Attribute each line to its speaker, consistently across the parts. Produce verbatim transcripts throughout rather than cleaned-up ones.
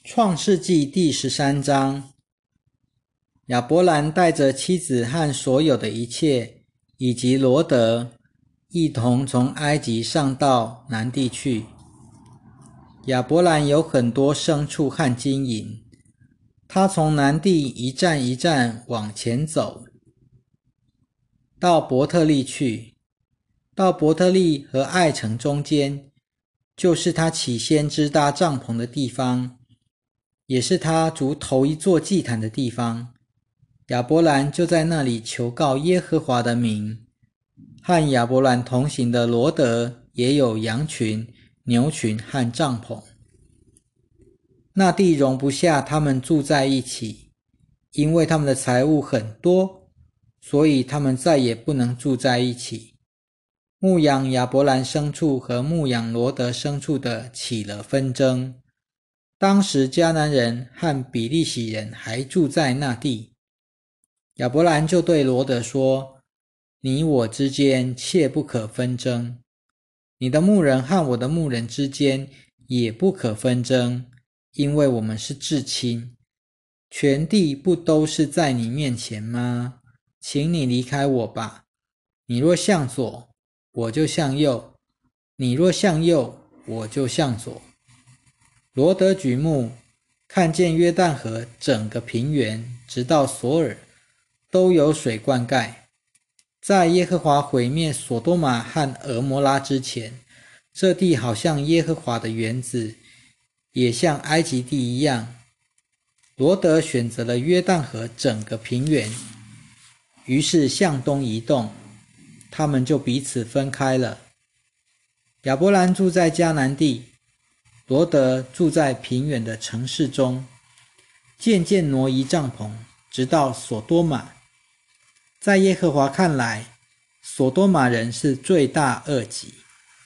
Speaker 1: 创世纪第十三章，亚伯兰带着妻子和所有的一切，以及罗得，一同从埃及上到南地去。亚伯兰有很多牲畜和金银，他从南地一站一站往前走，到伯特利去。到伯特利和爱城中间，就是他起先支搭帐篷的地方，也是他筑头一座祭坛的地方。亚伯兰就在那里求告耶和华的名。和亚伯兰同行的罗得也有羊群、牛群和帐篷。那地容不下他们住在一起，因为他们的财物很多，所以他们再也不能住在一起。牧养亚伯兰牲畜和牧养罗得牲畜的起了纷争。当时迦南人和比利洗人还住在那地。亚伯兰就对罗得说：你我之间切不可纷争，你的牧人和我的牧人之间也不可纷争，因为我们是至亲。全地不都是在你面前吗？请你离开我吧。你若向左，我就向右；你若向右，我就向左。罗得举目，看见约旦河整个平原直到索尔都有水灌溉。在耶和华毁灭所多玛和俄摩拉之前，这地好像耶和华的园子，也像埃及地一样。罗得选择了约旦河整个平原，于是向东移动，他们就彼此分开了。亚伯兰住在迦南地，罗得住在平原的城市中，渐渐挪移帐篷，直到所多玛。在耶和华看来，所多玛人是罪大恶极。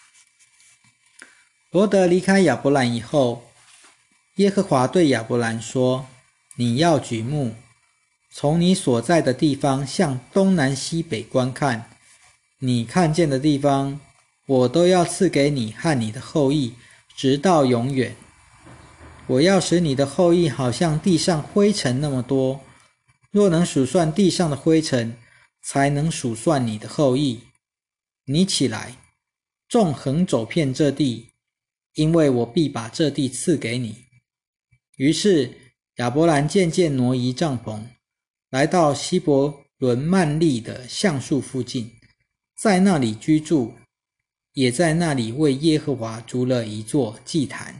Speaker 1: 罗得离开亚伯兰以后，耶和华对亚伯兰说：你要举目，从你所在的地方向东南西北观看，你看见的地方，我都要赐给你和你的后裔，直到永远。我要使你的后裔好像地上灰尘那么多，若能数算地上的灰尘，才能数算你的后裔。你起来，纵横走遍这地，因为我必把这地赐给你。于是亚伯兰渐渐挪移帐篷，来到希伯伦曼利的橡树附近，在那里居住，也在那里为耶和华筑了一座祭坛。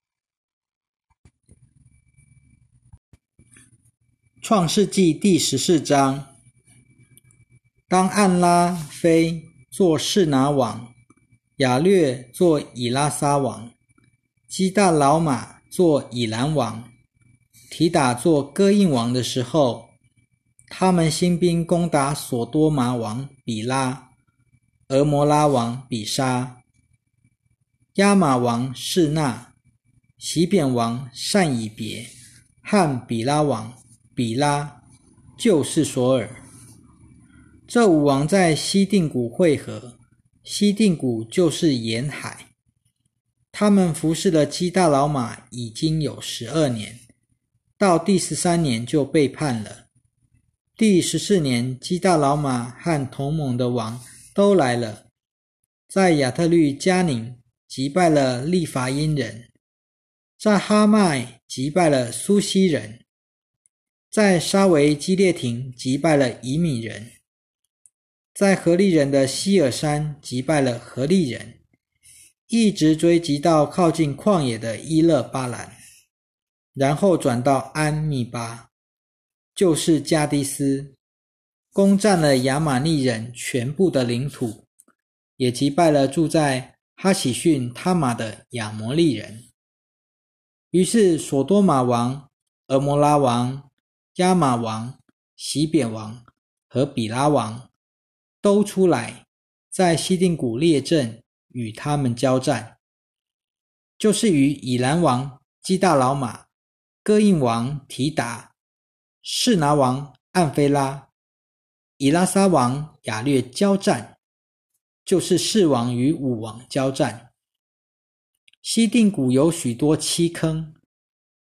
Speaker 1: 创世纪第十四章，当暗拉菲做示拿王，亚略做以拉撒王，基大老马做以兰王，提打做哥印王的时候，他们兴兵攻打所多玛王比拉、俄摩拉王比沙、亚玛王示那、洗扁王善以别和比拉王比拉，就是索尔。这五王在西定谷会合，西定谷就是沿海。他们服侍了基大老马已经有十二年，到第十三年就背叛了。第十四年，基大老马和同盟的王都来了，在亚特律加宁击败了利法因人，在哈麦击败了苏西人，在沙维基列亭击败了以米人，在何利人的希尔山击败了何利人，一直追击到靠近旷野的伊勒巴兰，然后转到安密巴，就是加迪斯，攻占了亚玛利人全部的领土，也击败了住在哈喜逊他玛的亚摩利人。于是所多玛王、俄摩拉王、亚玛王、洗扁王和比拉王都出来，在西定谷列阵与他们交战，就是与以兰王基大老马、哥印王提达、示拿王暗菲拉、以拉撒王亚略交战，就是四王与五王交战。西定谷有许多七坑，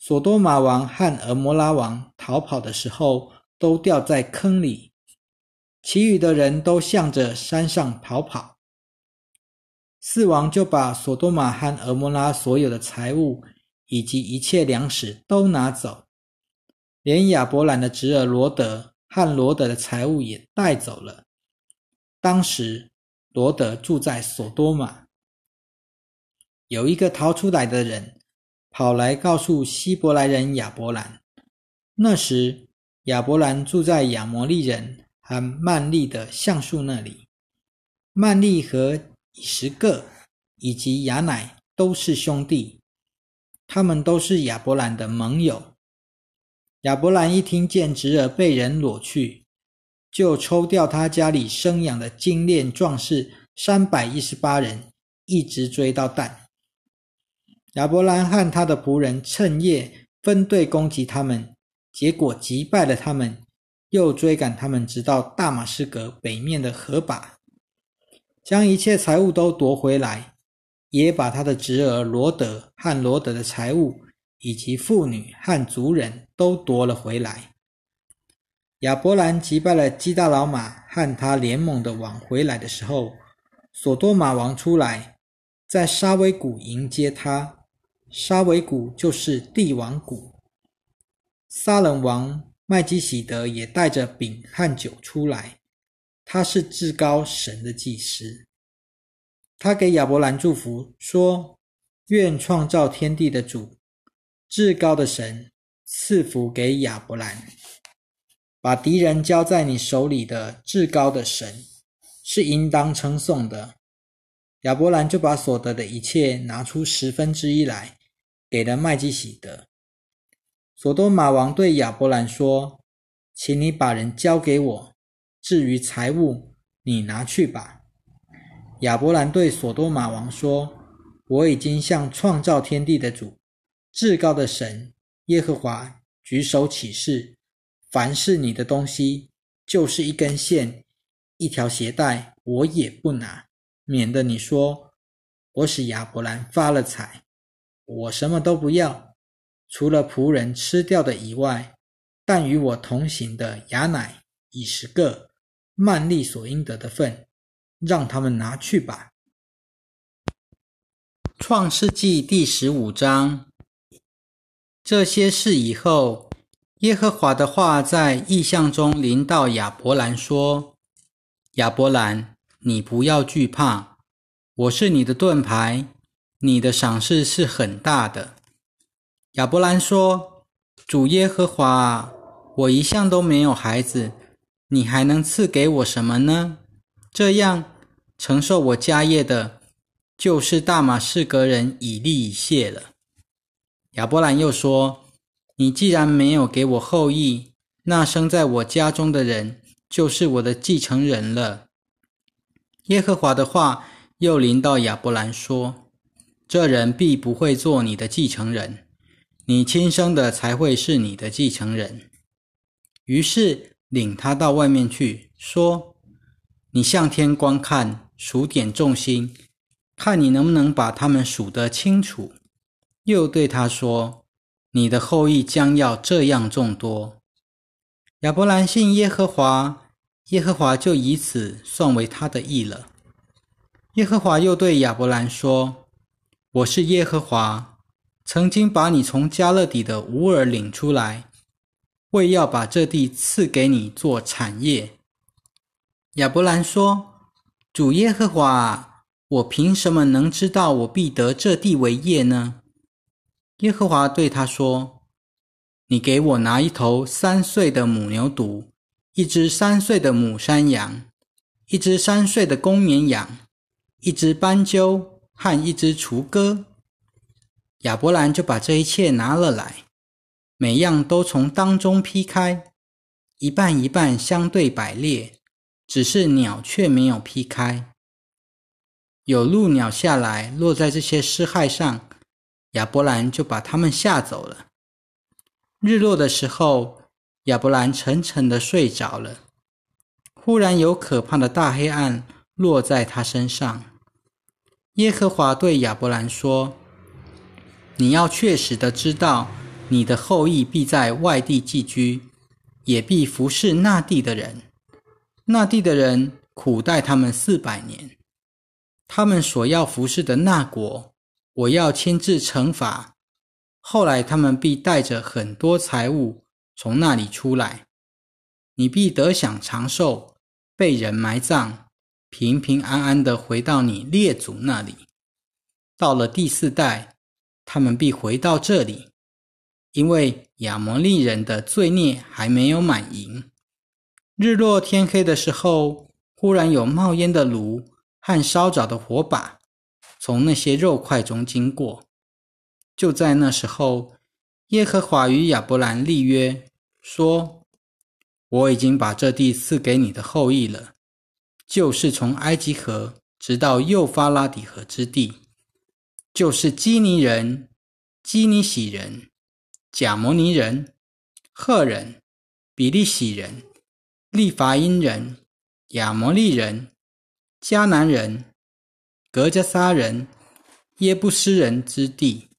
Speaker 1: 索多玛王和俄摩拉王逃跑的时候都掉在坑里，其余的人都向着山上逃跑。四王就把索多玛和俄摩拉所有的财物以及一切粮食都拿走，连亚伯兰的侄儿罗德和罗德的财物也带走了。当时罗德住在索多玛。有一个逃出来的人跑来告诉希伯来人亚伯兰，那时亚伯兰住在亚摩利人和曼利的橡树那里。曼利和以实各以及亚乃都是兄弟，他们都是亚伯兰的盟友。亚伯兰一听见侄儿被人掳去，就抽调他家里生养的精练壮士三百一十八人，一直追到但。亚伯兰和他的仆人趁夜分队攻击他们，结果击败了他们，又追赶他们直到大马士革北面的河拔，将一切财物都夺回来，也把他的侄儿罗德和罗德的财物以及妇女和族人都夺了回来。亚伯兰击败了基大老马和他联盟的王回来的时候，索多玛王出来，在沙维谷迎接他。沙维谷就是帝王谷。撒冷王麦基洗德也带着饼和酒出来，他是至高神的祭司。他给亚伯兰祝福说，愿创造天地的主，至高的神赐福给亚伯兰，把敌人交在你手里的至高的神是应当称颂的。亚伯兰就把所得的一切拿出十分之一来，给了麦基洗德。索多玛王对亚伯兰说，请你把人交给我，至于财物，你拿去吧。亚伯兰对索多玛王说，我已经向创造天地的主，至高的神耶和华举手起誓，凡是你的东西，就是一根线，一条鞋带，我也不拿，免得你说，我使亚伯兰发了财。我什么都不要，除了仆人吃掉的以外，但与我同行的亚乃、以实各、曼利所应得的份，让他们拿去吧。创世纪第十五章。这些事以后，耶和华的话在异象中临到亚伯兰说，亚伯兰，你不要惧怕，我是你的盾牌，你的赏识是很大的。亚伯兰说，主耶和华啊，我一向都没有孩子，你还能赐给我什么呢？这样承受我家业的，就是大马士革人以利以谢了。亚伯兰又说，你既然没有给我后裔，那生在我家中的人，就是我的继承人了。耶和华的话又临到亚伯兰说，这人必不会做你的继承人，你亲生的才会是你的继承人。于是领他到外面去，说，你向天观看，数点众星，看你能不能把他们数得清楚。又对他说，你的后裔将要这样众多。亚伯兰信耶和华，耶和华就以此算为他的义了。耶和华又对亚伯兰说，我是耶和华，曾经把你从迦勒底的乌尔领出来，为要把这地赐给你做产业。亚伯兰说，主耶和华，我凭什么能知道我必得这地为业呢？耶和华对他说，你给我拿一头三岁的母牛犊，一只三岁的母山羊，一只三岁的公绵羊，一只斑鸠和一只雏鸽。亚伯兰就把这一切拿了来，每样都从当中劈开，一半一半相对摆列，只是鸟却没有劈开。有鹭鸟下来落在这些尸骸上，亚伯兰就把它们吓走了。日落的时候，亚伯兰沉沉地睡着了。忽然有可怕的大黑暗落在他身上。耶和华对亚伯兰说，你要确实的知道， 你的后裔必在外地寄居，也必服侍那地的人。那地的人苦待他们四百年，他们所要服侍的那国，我要牵制惩罚。后来他们必带着很多财物从那里出来，你必得享长寿，被人埋葬，平平安安地回到你列祖那里。到了第四代，他们必回到这里，因为亚摩利人的罪孽还没有满盈。日落天黑的时候，忽然有冒烟的炉和烧着的火把从那些肉块中经过。就在那时候，耶和华与亚伯兰立约，说：我已经把这地赐给你的后裔了，就是从埃及河直到幼发拉底河之地，就是基尼人、基尼喜人、甲摩尼人、赫人、比利洗人、利伐因人、亚摩利人、迦南人、革迦撒人、耶布斯人之地。